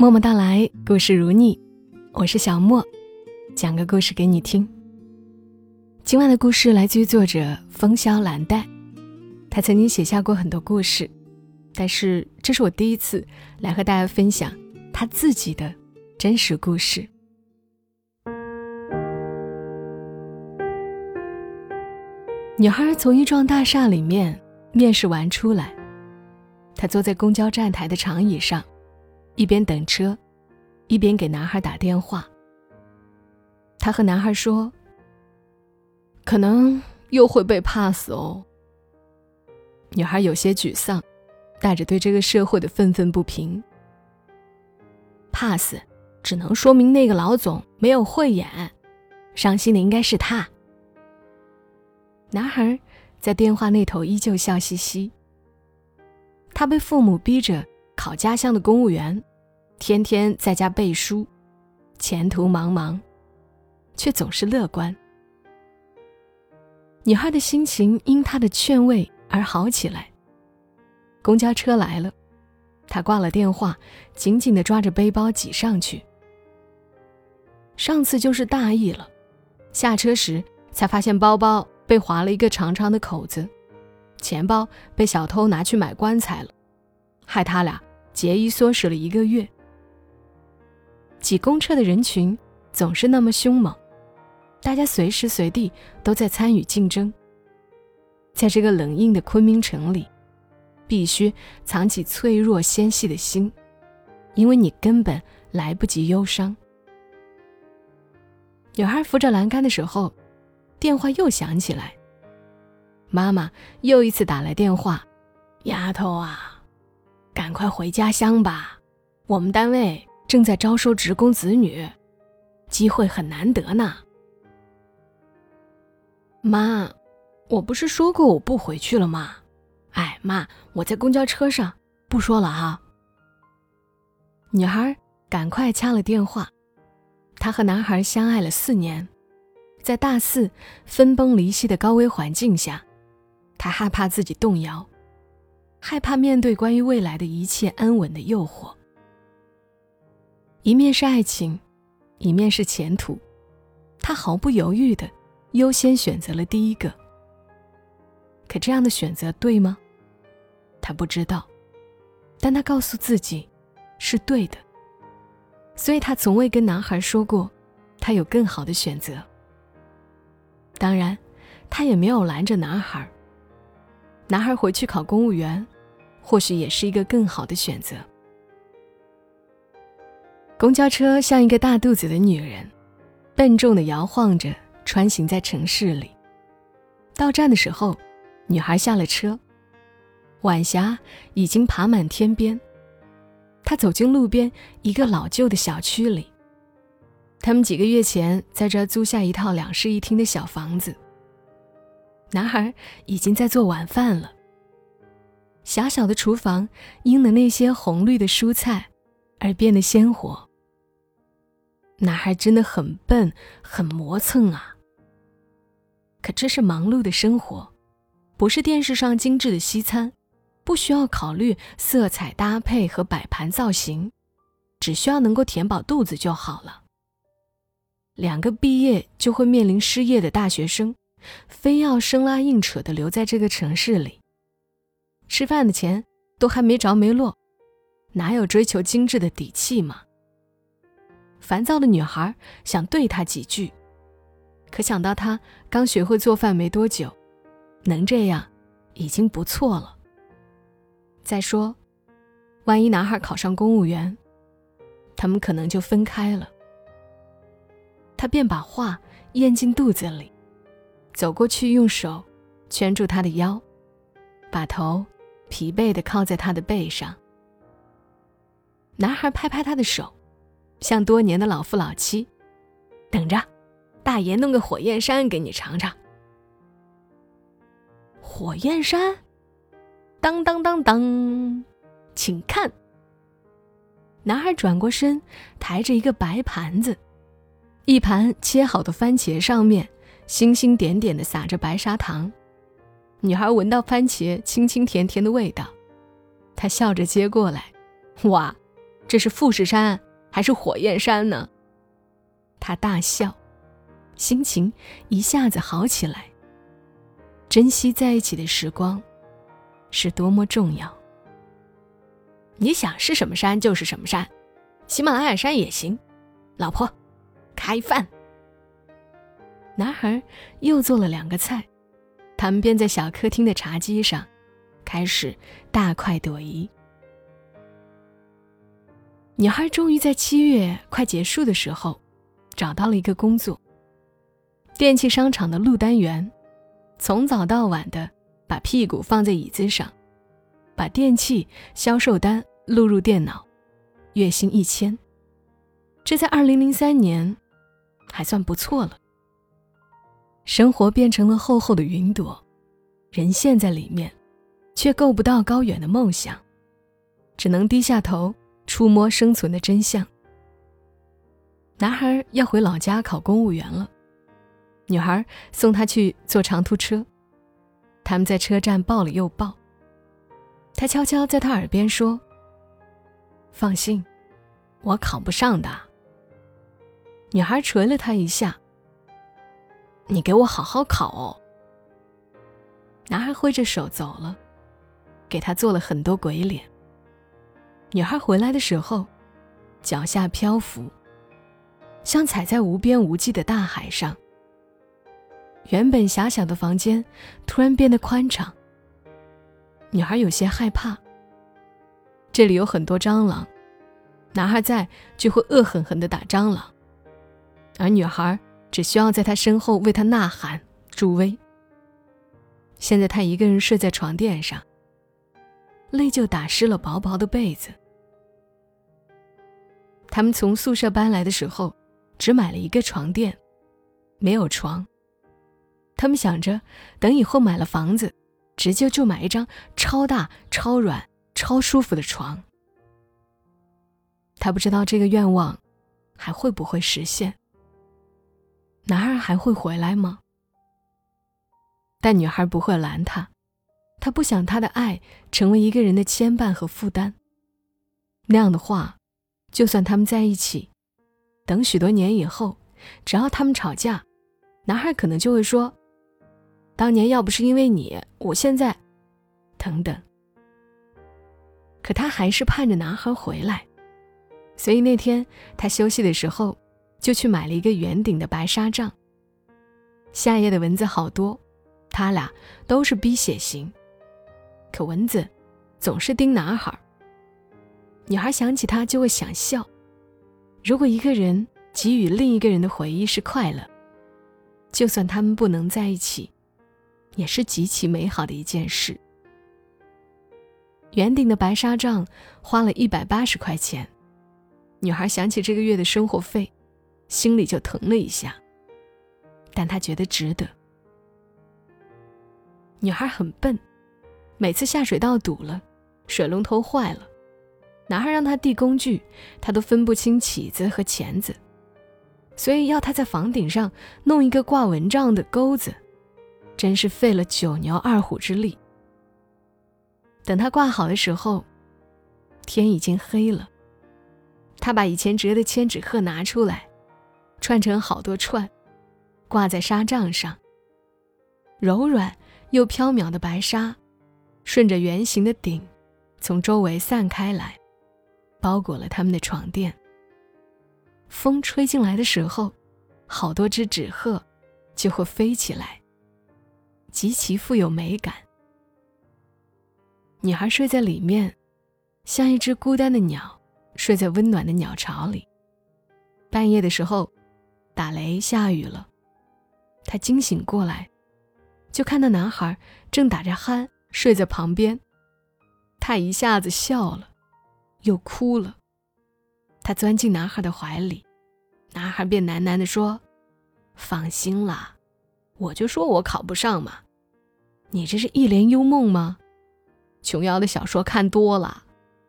默默到来，故事如你，我是小莫，讲个故事给你听。今晚的故事来自于作者风萧蓝带，他曾经写下过很多故事，但是这是我第一次来和大家分享他自己的真实故事。女孩从一幢大厦里面面试完出来，她坐在公交站台的长椅上，一边等车，一边给男孩打电话。她和男孩说，可能又会被 pass 哦。女孩有些沮丧，带着对这个社会的愤愤不平。pass 只能说明那个老总没有慧眼，伤心的应该是他。男孩在电话那头依旧笑嘻嘻。他被父母逼着考家乡的公务员，天天在家背书，前途茫茫，却总是乐观。女孩的心情因他的劝慰而好起来。公交车来了，她挂了电话，紧紧地抓着背包挤上去。上次就是大意了，下车时才发现包包被划了一个长长的口子，钱包被小偷拿去买棺材了，害他俩节衣缩食了1个月。挤公车的人群总是那么凶猛，大家随时随地都在参与竞争。在这个冷硬的昆明城里，必须藏起脆弱纤细的心，因为你根本来不及忧伤。女孩扶着栏杆的时候，电话又响起来，妈妈又一次打来电话，丫头啊，赶快回家乡吧，我们单位正在招收职工子女，机会很难得呢。妈，我不是说过我不回去了吗？哎，妈，我在公交车上，不说了哈。女孩赶快掐了电话。她和男孩相爱了4年，在大4分崩离析的高危环境下，她害怕自己动摇，害怕面对关于未来的一切安稳的诱惑。一面是爱情，一面是前途，她毫不犹豫地优先选择了第一个。可这样的选择对吗？她不知道，但她告诉自己是对的。所以她从未跟男孩说过她有更好的选择。当然，她也没有拦着男孩。男孩回去考公务员，或许也是一个更好的选择。公交车像一个大肚子的女人，笨重地摇晃着穿行在城市里。到站的时候，女孩下了车，晚霞已经爬满天边。她走进路边一个老旧的小区里，他们几个月前在这儿租下一套2室1厅的小房子。男孩已经在做晚饭了，狭小的厨房因了那些红绿的蔬菜而变得鲜活。男孩真的很笨，很磨蹭啊。可这是忙碌的生活，不是电视上精致的西餐，不需要考虑色彩搭配和摆盘造型，只需要能够填饱肚子就好了。2个毕业就会面临失业的大学生，非要生拉硬扯地留在这个城市里，吃饭的钱都还没着没落，哪有追求精致的底气嘛？烦躁的女孩想对他几句，可想到他刚学会做饭没多久，能这样已经不错了。再说，万一男孩考上公务员，他们可能就分开了。他便把话咽进肚子里，走过去用手圈住他的腰，把头疲惫地靠在他的背上。男孩拍拍他的手，像多年的老夫老妻，等着，大爷弄个火焰山给你尝尝。火焰山？当当当当，请看。男孩转过身，抬着一个白盘子，一盘切好的番茄上面星星点点地撒着白砂糖。女孩闻到番茄清清甜甜的味道，她笑着接过来，哇， 这是富士山还是火焰山呢？他大笑，心情一下子好起来。珍惜在一起的时光是多么重要。你想是什么山就是什么山，喜马拉雅山也行。老婆，开饭。男孩又做了2个菜，他们便在小客厅的茶几上开始大快朵颐。女孩终于在7月快结束的时候找到了一个工作，电器商场的录单员，从早到晚的把屁股放在椅子上，把电器销售单录入电脑，月薪1000，这在2003年还算不错了。生活变成了厚厚的云朵，人陷在里面，却够不到高远的梦想，只能低下头触摸生存的真相。男孩要回老家考公务员了，女孩送他去坐长途车，他们在车站抱了又抱。他悄悄在他耳边说：放心，我考不上的。女孩捶了他一下：你给我好好考哦。男孩挥着手走了，给他做了很多鬼脸。女孩回来的时候，脚下漂浮，像踩在无边无际的大海上。原本狭小的房间突然变得宽敞，女孩有些害怕。这里有很多蟑螂，男孩在就会恶狠狠地打蟑螂，而女孩只需要在他身后为他呐喊助威。现在他一个人睡在床垫上，泪就打湿了薄薄的被子。他们从宿舍搬来的时候只买了一个床垫，没有床。他们想着等以后买了房子，直接就买一张超大超软超舒服的床。他不知道这个愿望还会不会实现，男孩还会回来吗？但女孩不会拦他，她不想他的爱成为一个人的牵绊和负担。那样的话，就算他们在一起，等许多年以后，只要他们吵架，男孩可能就会说：当年要不是因为你，我现在……等等。可他还是盼着男孩回来，所以那天他休息的时候，就去买了一个圆顶的白纱帐。夏夜的蚊子好多，他俩都是逼血型，可蚊子总是叮男孩。女孩想起他就会想笑。如果一个人给予另一个人的回忆是快乐，就算他们不能在一起，也是极其美好的一件事。圆顶的白纱帐花了180块钱，女孩想起这个月的生活费，心里就疼了一下，但她觉得值得。女孩很笨，每次下水道堵了，水龙头坏了，男孩让她递工具，她都分不清起子和钳子，所以要她在房顶上弄一个挂蚊帐的钩子，真是费了9牛2虎之力。等她挂好的时候，天已经黑了。她把以前折的千纸鹤拿出来，串成好多串，挂在纱帐上。柔软又飘渺的白纱顺着圆形的顶从周围散开来，包裹了他们的床垫。风吹进来的时候，好多只纸鹤就会飞起来，极其富有美感。女孩睡在里面，像一只孤单的鸟睡在温暖的鸟巢里。半夜的时候，打雷下雨了，她惊醒过来，就看到男孩正打着鼾睡在旁边。她一下子笑了，又哭了。她钻进男孩的怀里，男孩便喃喃地说：放心啦，我就说我考不上嘛，你这是一帘幽梦吗？琼瑶的小说看多了。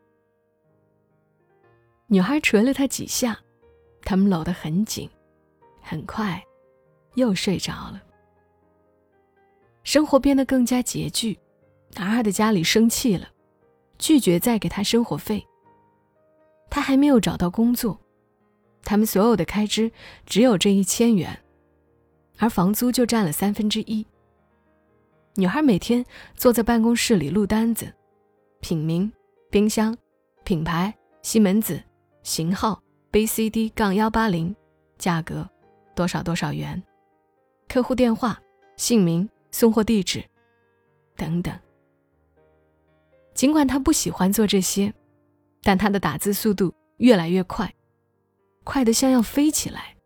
女孩捶了他几下，他们搂得很紧，很快又睡着了。生活变得更加拮据，男孩的家里生气了，拒绝再给他生活费。 他还没有找到工作，他们所有的开支只有这1000元，而房租就占了1/3。女孩每天坐在办公室里录单子，品名、冰箱、品牌、西门子、型号 BCD-180， 价格多少多少元，客户电话、姓名、送货地址等等。尽管她不喜欢做这些，但她的打字速度越来越快，快得像要飞起来。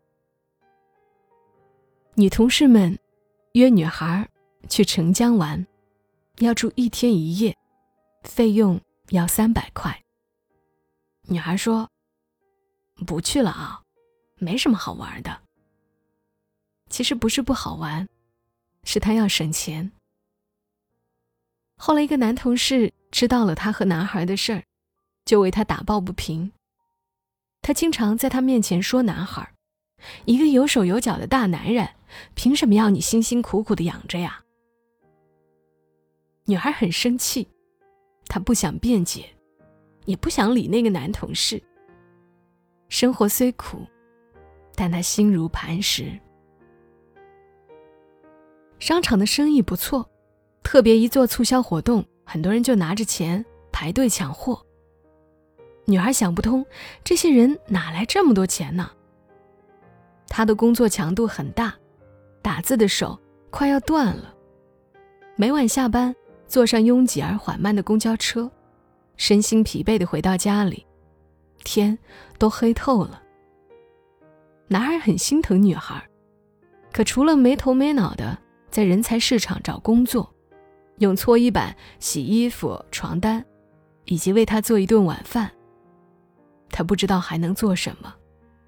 女同事们约女孩去澄江玩，要住1天1夜，费用要300块。女孩说，不去了啊，没什么好玩的。其实不是不好玩，是她要省钱。后来一个男同事知道了她和男孩的事儿，就为她打抱不平。他经常在她面前说男孩，一个有手有脚的大男人，凭什么要你辛辛苦苦的养着呀？女孩很生气，她不想辩解，也不想理那个男同事。生活虽苦，但她心如磐石。商场的生意不错，特别一做促销活动，很多人就拿着钱排队抢货。女孩想不通，这些人哪来这么多钱呢？她的工作强度很大，打字的手快要断了。每晚下班，坐上拥挤而缓慢的公交车，身心疲惫地回到家里，天都黑透了。男孩很心疼女孩，可除了没头没脑的在人才市场找工作，用搓衣板洗衣服、床单，以及为她做一顿晚饭，他不知道还能做什么。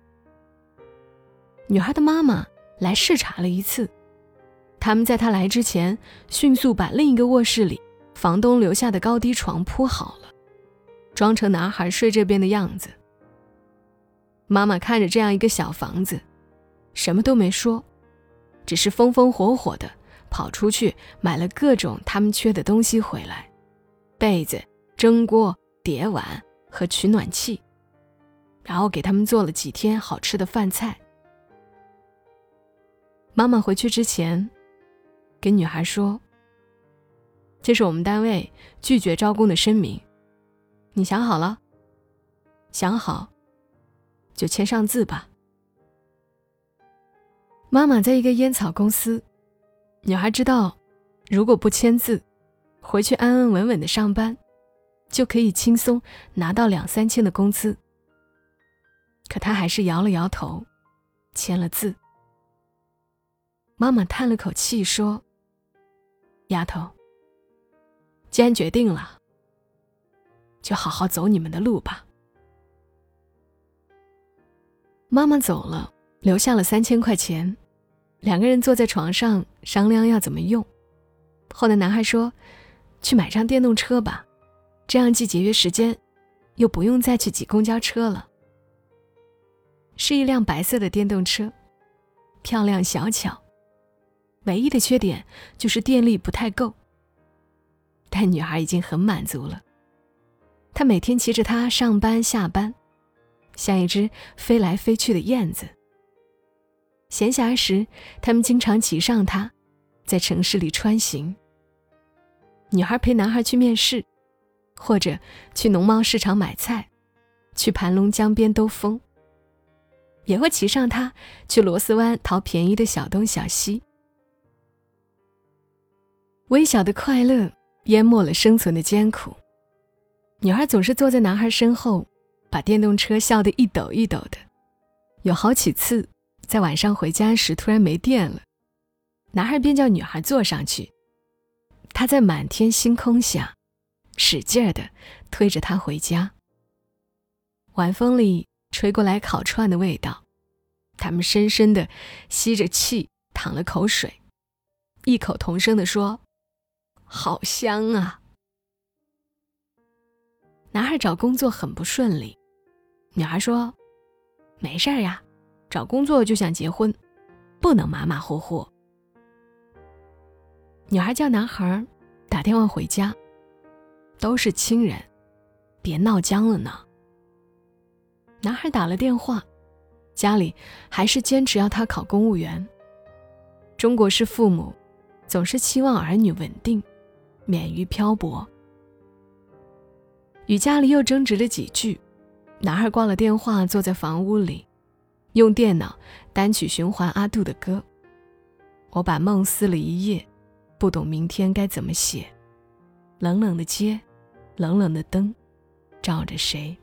女孩的妈妈来视察了一次，他们在她来之前迅速把另一个卧室里房东留下的高低床铺好了，装成男孩睡这边的样子。妈妈看着这样一个小房子，什么都没说，只是风风火火地跑出去买了各种他们缺的东西回来，被子、蒸锅、碟碗和取暖器，然后给他们做了几天好吃的饭菜。妈妈回去之前跟女孩说，这是我们单位拒绝招工的声明，你想好了？想好就签上字吧。妈妈在一个烟草公司，女孩知道如果不签字，回去安安稳稳的上班，就可以轻松拿到2-3千的工资。可她还是摇了摇头，签了字。妈妈叹了口气说，丫头，既然决定了，就好好走你们的路吧。妈妈走了，留下了3000块钱，两个人坐在床上商量要怎么用。后来男孩说，去买辆电动车吧，这样既节约时间，又不用再去挤公交车了。是一辆白色的电动车，漂亮小巧，唯一的缺点就是电力不太够。但女孩已经很满足了，她每天骑着它上班下班，像一只飞来飞去的燕子。闲暇时，他们经常骑上它，在城市里穿行。女孩陪男孩去面试，或者去农贸市场买菜，去盘龙江边兜风，也会骑上它去螺丝湾淘便宜的小东小西。微小的快乐淹没了生存的艰苦。女孩总是坐在男孩身后，把电动车笑得一抖一抖的。有好几次在晚上回家时突然没电了，男孩便叫女孩坐上去，他在满天星空下使劲儿地推着她回家。晚风里吹过来烤串的味道，他们深深地吸着气，淌了口水，异口同声地说，好香啊。男孩找工作很不顺利，女孩说，没事儿呀，找工作就想结婚，不能马马虎虎。女孩叫男孩打电话回家，都是亲人，别闹僵了呢。 男孩打了电话，家里还是坚持要他考公务员。中国式父母总是期望儿女稳定，免于漂泊。与家里又争执了几句，男孩挂了电话，坐在房屋里，用电脑单曲循环阿杜的歌。我把梦撕了一夜，不懂明天该怎么写。冷冷的街，冷冷的灯，照着谁？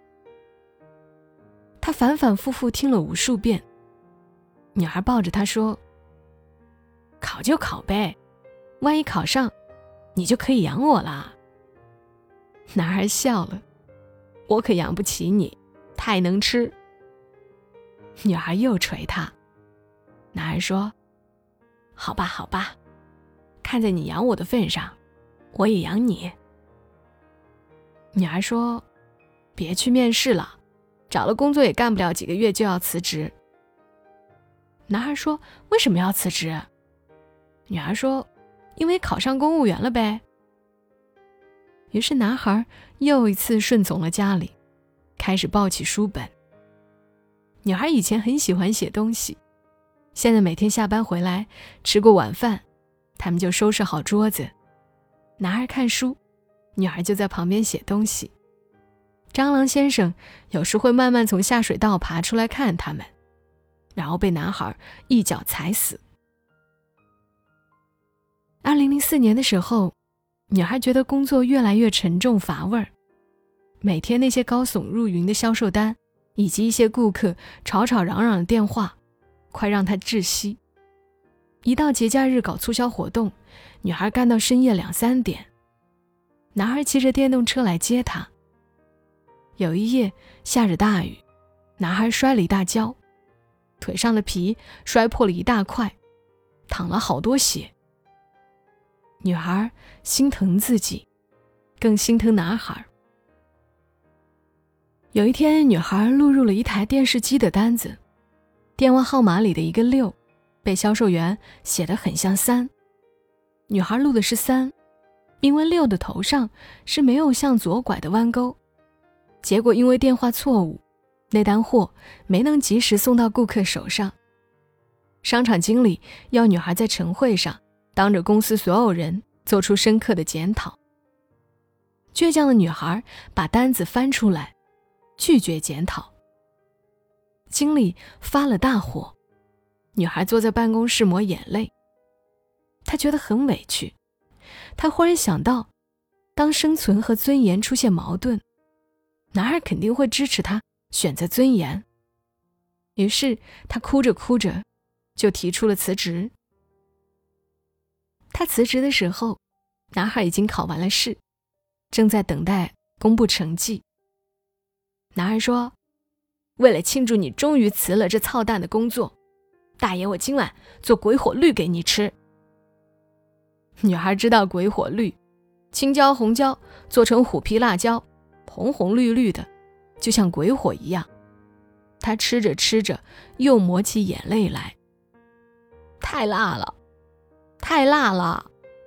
他反反复复听了无数遍。女孩抱着他说：考就考呗，万一考上，你就可以养我啦。男孩笑了：我可养不起你，太能吃。女孩又捶他。男孩说：好吧好吧，看在你养我的份上，我也养你。女孩说：别去面试了，找了工作也干不了几个月就要辞职。男孩说：为什么要辞职？女孩说：因为考上公务员了呗。于是男孩又一次顺从了家里，开始抱起书本。女孩以前很喜欢写东西，现在每天下班回来，吃过晚饭，他们就收拾好桌子，男孩看书，女孩就在旁边写东西。蟑螂先生有时会慢慢从下水道爬出来看他们，然后被男孩一脚踩死。2004年的时候，女孩觉得工作越来越沉重乏味儿，每天那些高耸入云的销售单，以及一些顾客吵吵嚷嚷的电话，快让她窒息。一到节假日搞促销活动，女孩干到深夜2、3点。男孩骑着电动车来接她。有一夜下着大雨，男孩摔了一大跤，腿上的皮摔破了一大块，淌了好多血。女孩心疼自己，更心疼男孩。有一天，女孩录入了一台电视机的单子，电话号码里的一个6被销售员写得很像3。女孩录的是3，因为6的头上是没有向左拐的弯钩。结果因为电话错误，那单货没能及时送到顾客手上。商场经理要女孩在晨会上当着公司所有人做出深刻的检讨。倔强的女孩把单子翻出来，拒绝检讨。经理发了大火，女孩坐在办公室抹眼泪。她觉得很委屈，她忽然想到，当生存和尊严出现矛盾，男孩肯定会支持她选择尊严。于是她哭着哭着就提出了辞职。她辞职的时候，男孩已经考完了试，正在等待公布成绩。男孩说：为了庆祝你终于辞了这操蛋的工作，大爷我今晚做鬼火绿给你吃。女孩知道鬼火绿，青椒红椒做成虎皮辣椒，红红绿绿的，就像鬼火一样。她吃着吃着又抹起眼泪来。太辣了，太辣了。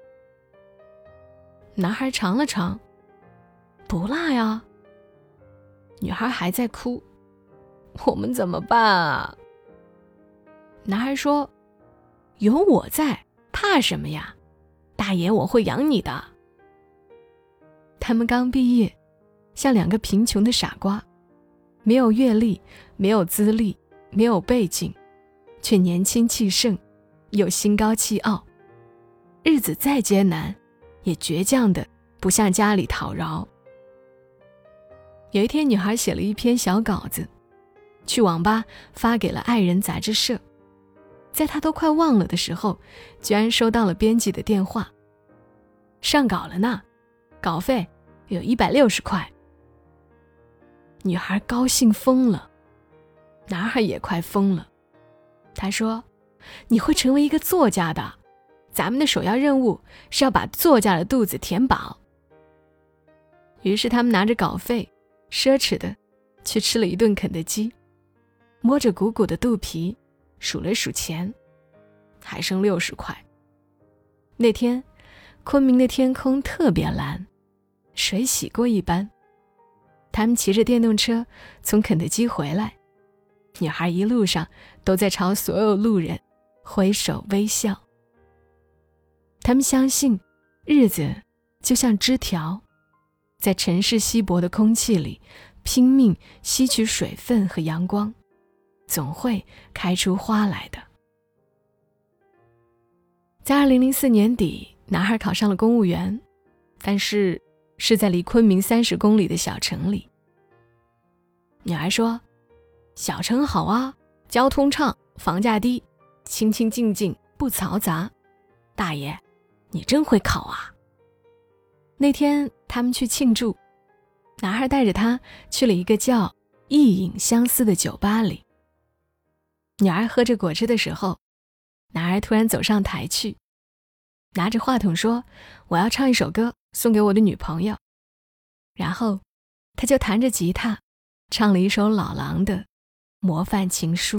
男孩尝了尝，不辣呀。女孩还在哭，我们怎么办啊？男孩说：有我在，怕什么呀？大爷我会养你的。他们刚毕业，像2个贫穷的傻瓜，没有阅历，没有资历，没有背景，却年轻气盛，又心高气傲。日子再艰难，也倔强的不向家里讨饶。有一天，女孩写了一篇小稿子，去网吧发给了爱人杂志社。在她都快忘了的时候，居然收到了编辑的电话：上稿了呢，稿费有160块。女孩高兴疯了，男孩也快疯了。他说：你会成为一个作家的，咱们的首要任务是要把作家的肚子填饱。于是他们拿着稿费，奢侈的去吃了一顿肯德基，摸着鼓鼓的肚皮数了数钱，还剩60块。那天昆明的天空特别蓝，水洗过一般。 他们骑着电动车从肯德基回来，女孩一路上都在朝所有路人挥手微笑。他们相信日子就像枝条，在城市稀薄的空气里拼命吸取水分和阳光，总会开出花来的。在2004年底，男孩考上了公务员，但是在离昆明30公里的小城里。女孩说，小城好啊，交通畅，房价低，清清静静，不嘈杂。大爷，你真会考啊。那天他们去庆祝，男孩带着她去了一个叫一影相思的酒吧里。女孩喝着果汁的时候，男孩突然走上台去，拿着话筒说，我要唱一首歌送给我的女朋友。然后他就弹着吉他唱了一首老狼的模范情书。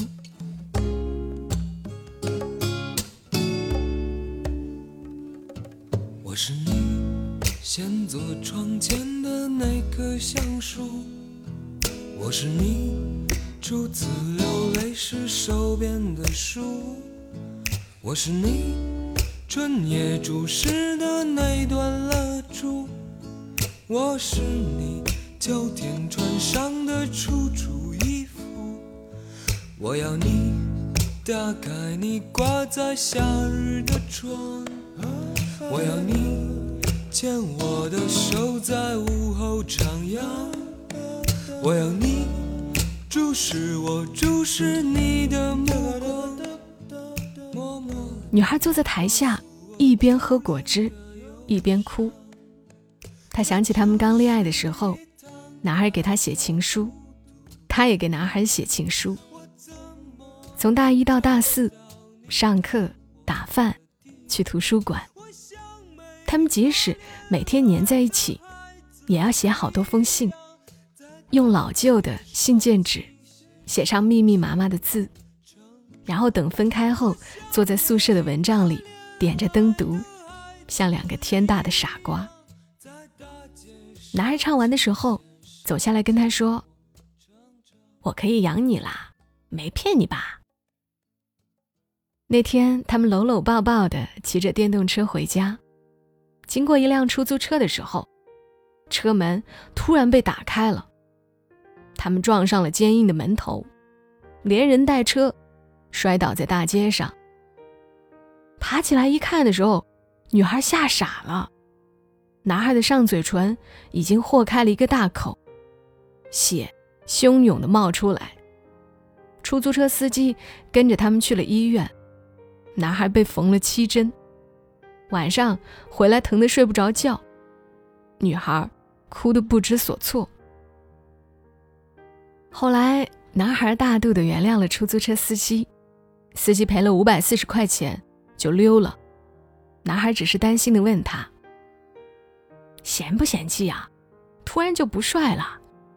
我是你先坐窗前的那棵橡树，我是你初次流泪时手边的书，我是你春夜注视的那段蜡烛，我是你秋天穿上的楚楚衣服，我要你打开你挂在夏日的窗，我要你牵我的手在午后徜徉，我要你注视我注视你的目光。 女孩坐在台下，一边喝果汁一边哭。她想起他们刚恋爱的时候，男孩给她写情书，她也给男孩写情书。从大1到大4，上课打饭去图书馆，他们即使每天黏在一起，也要写好多封信，用老旧的信件纸写上密密麻麻的字，然后等分开后坐在宿舍的蚊帐里点着灯读，像两个天大的傻瓜。男孩唱完的时候走下来跟他说，我可以养你啦，没骗你吧。那天他们搂搂抱抱地骑着电动车回家，经过一辆出租车的时候，车门突然被打开了，他们撞上了坚硬的门头，连人带车摔倒在大街上。爬起来一看的时候，女孩吓傻了，男孩的上嘴唇已经豁开了一个大口，血汹涌地冒出来。出租车司机跟着他们去了医院，男孩被缝了7针，晚上回来疼得睡不着觉，女孩哭得不知所措。后来男孩大度地原谅了出租车司机，司机赔了540块钱就溜了。男孩只是担心地问他，嫌不嫌弃啊？突然就不帅了。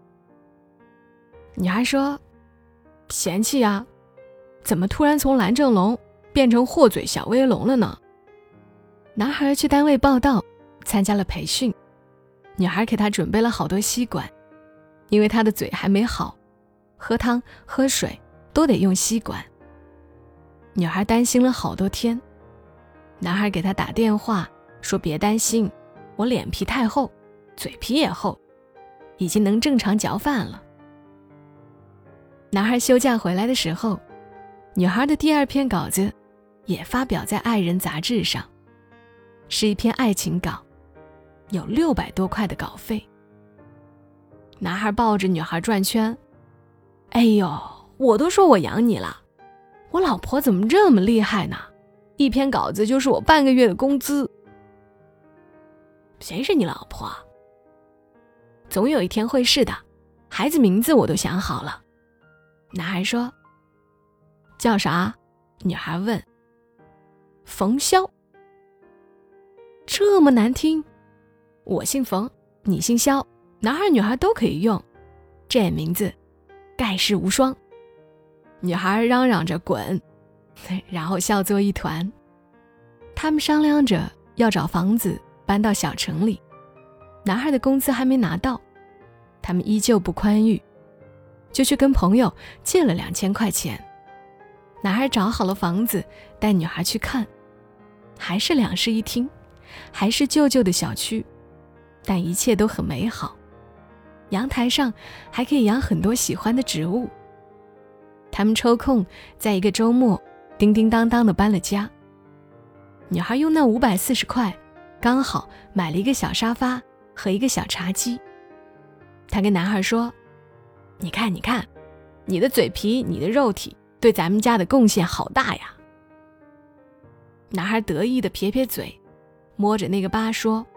女孩说，嫌弃啊，怎么突然从蓝正龙变成货嘴小威龙了呢？男孩去单位报道，参加了培训，女孩给他准备了好多吸管，因为他的嘴还没好，喝汤喝水都得用吸管。女孩担心了好多天，男孩给她打电话说，别担心，我脸皮太厚，嘴皮也厚，已经能正常嚼饭了。男孩休假回来的时候，女孩的第2篇稿子也发表在《爱人》杂志上，是一篇爱情稿，有600多块的稿费。男孩抱着女孩转圈，哎呦，我都说我养你了，我老婆怎么这么厉害呢？一篇稿子就是我半个月的工资。谁是你老婆？总有一天会是的，孩子名字我都想好了。男孩说，叫啥？女孩问。冯潇。这么难听？我姓冯，你姓肖，男孩女孩都可以用，这名字盖世无双。女孩嚷嚷着滚，然后笑作一团。他们商量着要找房子搬到小城里，男孩的工资还没拿到， 他们依旧不宽裕，就去跟朋友借了2000块钱。男孩找好了房子，带女孩去看，还是2室1厅，还是旧旧的小区，但一切都很美好。阳台上还可以养很多喜欢的植物。他们抽空在一个周末叮叮当当地搬了家。女孩用那540块刚好买了一个小沙发和一个小茶几。她跟男孩说，你看你看，你的嘴皮，你的肉体对咱们家的贡献好大呀。男孩得意地撇撇嘴，摸着那个疤说，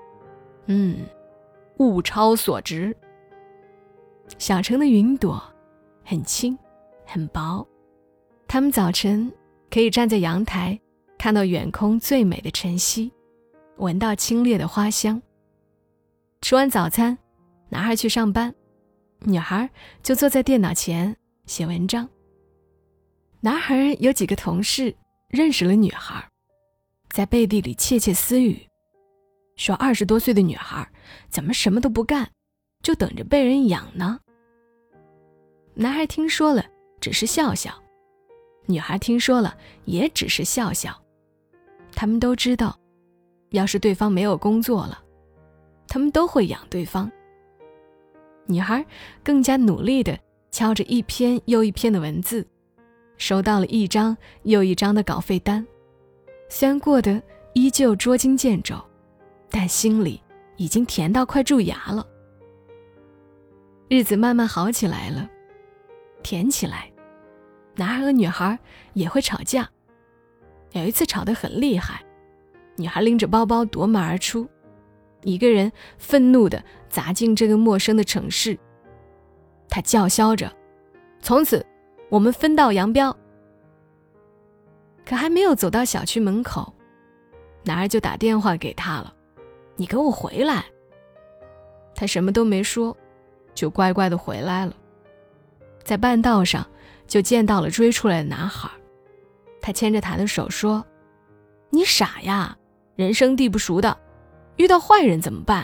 物超所值。小城的云朵很轻很薄，他们早晨可以站在阳台，看到远空最美的晨曦，闻到清冽的花香。吃完早餐，男孩去上班，女孩就坐在电脑前写文章。男孩有几个同事认识了女孩，在背地里窃窃私语，说20多岁的女孩怎么什么都不干，就等着被人养呢。男孩听说了只是笑笑，女孩听说了也只是笑笑。他们都知道，要是对方没有工作了，他们都会养对方。女孩更加努力地敲着一篇又一篇的文字，收到了一张又一张的稿费单。虽然过得依旧捉襟见肘，但心里已经甜到快蛀牙了。日子慢慢好起来了，甜起来。男孩和女孩也会吵架，有一次吵得很厉害，女孩拎着包包夺门而出，一个人愤怒地砸进这个陌生的城市。她叫嚣着，从此我们分道扬镳。可还没有走到小区门口，男孩就打电话给她了，你给我回来。她什么都没说，就乖乖地回来了。在半道上就见到了追出来的男孩，他牵着她的手说，你傻呀，人生地不熟的，遇到坏人怎么办？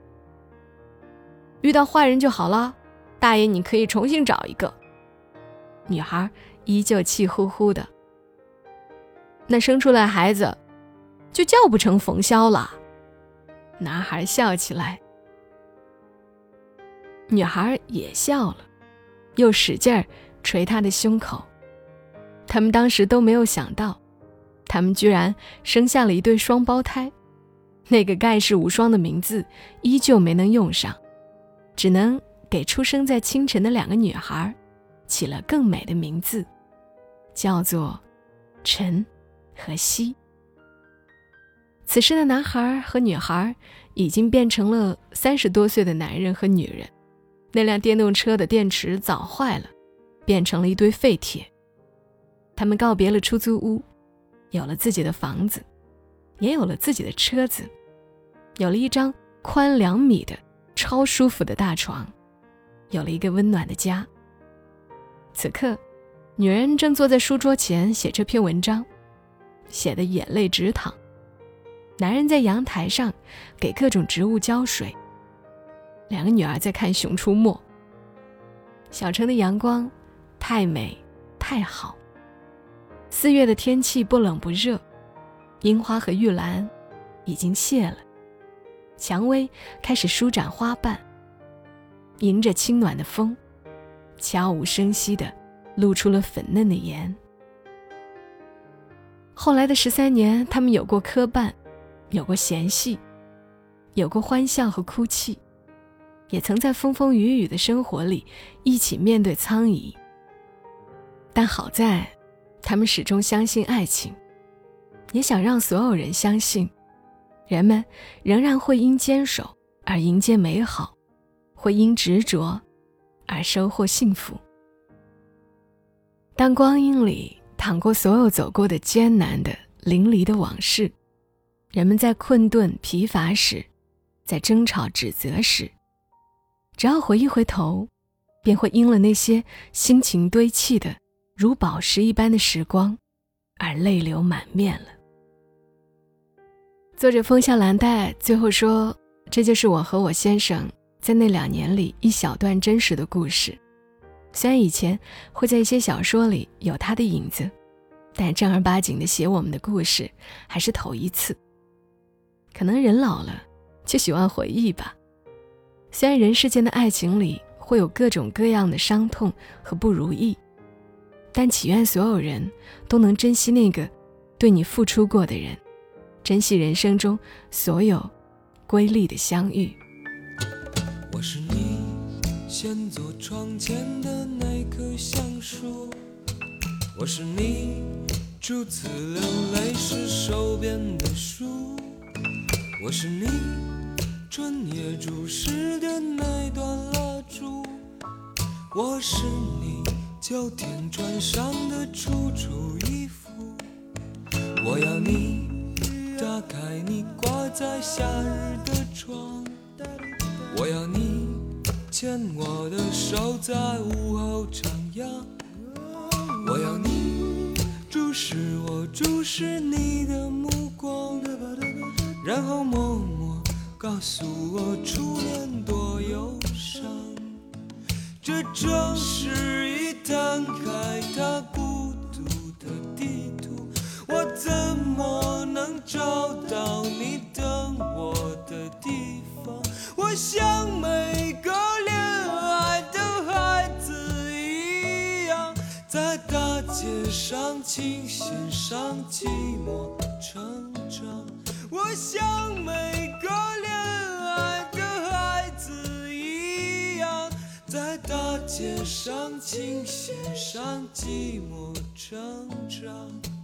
遇到坏人就好了，大爷你可以重新找一个。女孩依旧气呼呼的，那生出来孩子就叫不成冯潇了。男孩笑起来，女孩也笑了，又使劲儿捶他的胸口。他们当时都没有想到，他们居然生下了一对双胞胎。那个盖世无双的名字依旧没能用上，只能给出生在清晨的2个女孩起了更美的名字，叫做晨和曦。此时的男孩和女孩已经变成了30多岁的男人和女人。那辆电动车的电池早坏了，变成了一堆废铁。他们告别了出租屋，有了自己的房子，也有了自己的车子，有了一张宽2米的超舒服的大床，有了一个温暖的家。此刻，女人正坐在书桌前写这篇文章，写得眼泪直淌。男人在阳台上给各种植物浇水，2个女儿在看《熊出没》。小城的阳光太美太好，4月的天气不冷不热，樱花和玉兰已经谢了，蔷薇开始舒展花瓣，迎着清暖的风，悄无声息地露出了粉嫩的颜。后来的13年，他们有过磕绊，有过嫌隙，有过欢笑和哭泣，也曾在风风雨雨的生活里一起面对苍夷。但好在他们始终相信爱情，也想让所有人相信，人们仍然会因坚守而迎接美好，会因执着而收获幸福。当光阴里淌过所有走过的艰难的淋漓的往事，人们在困顿疲乏时，在争吵指责时，只要回一回头，便会因了那些心情堆砌的如宝石一般的时光而泪流满面了。作者风向蓝带最后说，这就是我和我先生在那2年里一小段真实的故事。虽然以前会在一些小说里有他的影子，但正儿八经的写我们的故事还是头一次。可能人老了就喜欢回忆吧。虽然人世间的爱情里会有各种各样的伤痛和不如意，但祈愿所有人都能珍惜那个对你付出过的人，珍惜人生中所有瑰丽的相遇。 我是你先坐窗前的那棵橡树，我是你初次流泪时手边的书，我是你春夜注视的那段蜡烛，我是你秋天穿上的楚楚衣服，我要你打开你挂在夏日的窗，我要你牵我的手在午后徜徉，我要你注视我注视你的目光，然后默默告诉我初恋多忧伤。这城市已摊开它孤独的地图，我怎么能找到你等我的地方？我像每个恋爱的孩子一样，在大街上琴弦上寂寞成长。我像每个恋爱的孩子一样，在大街上琴弦上寂寞成长。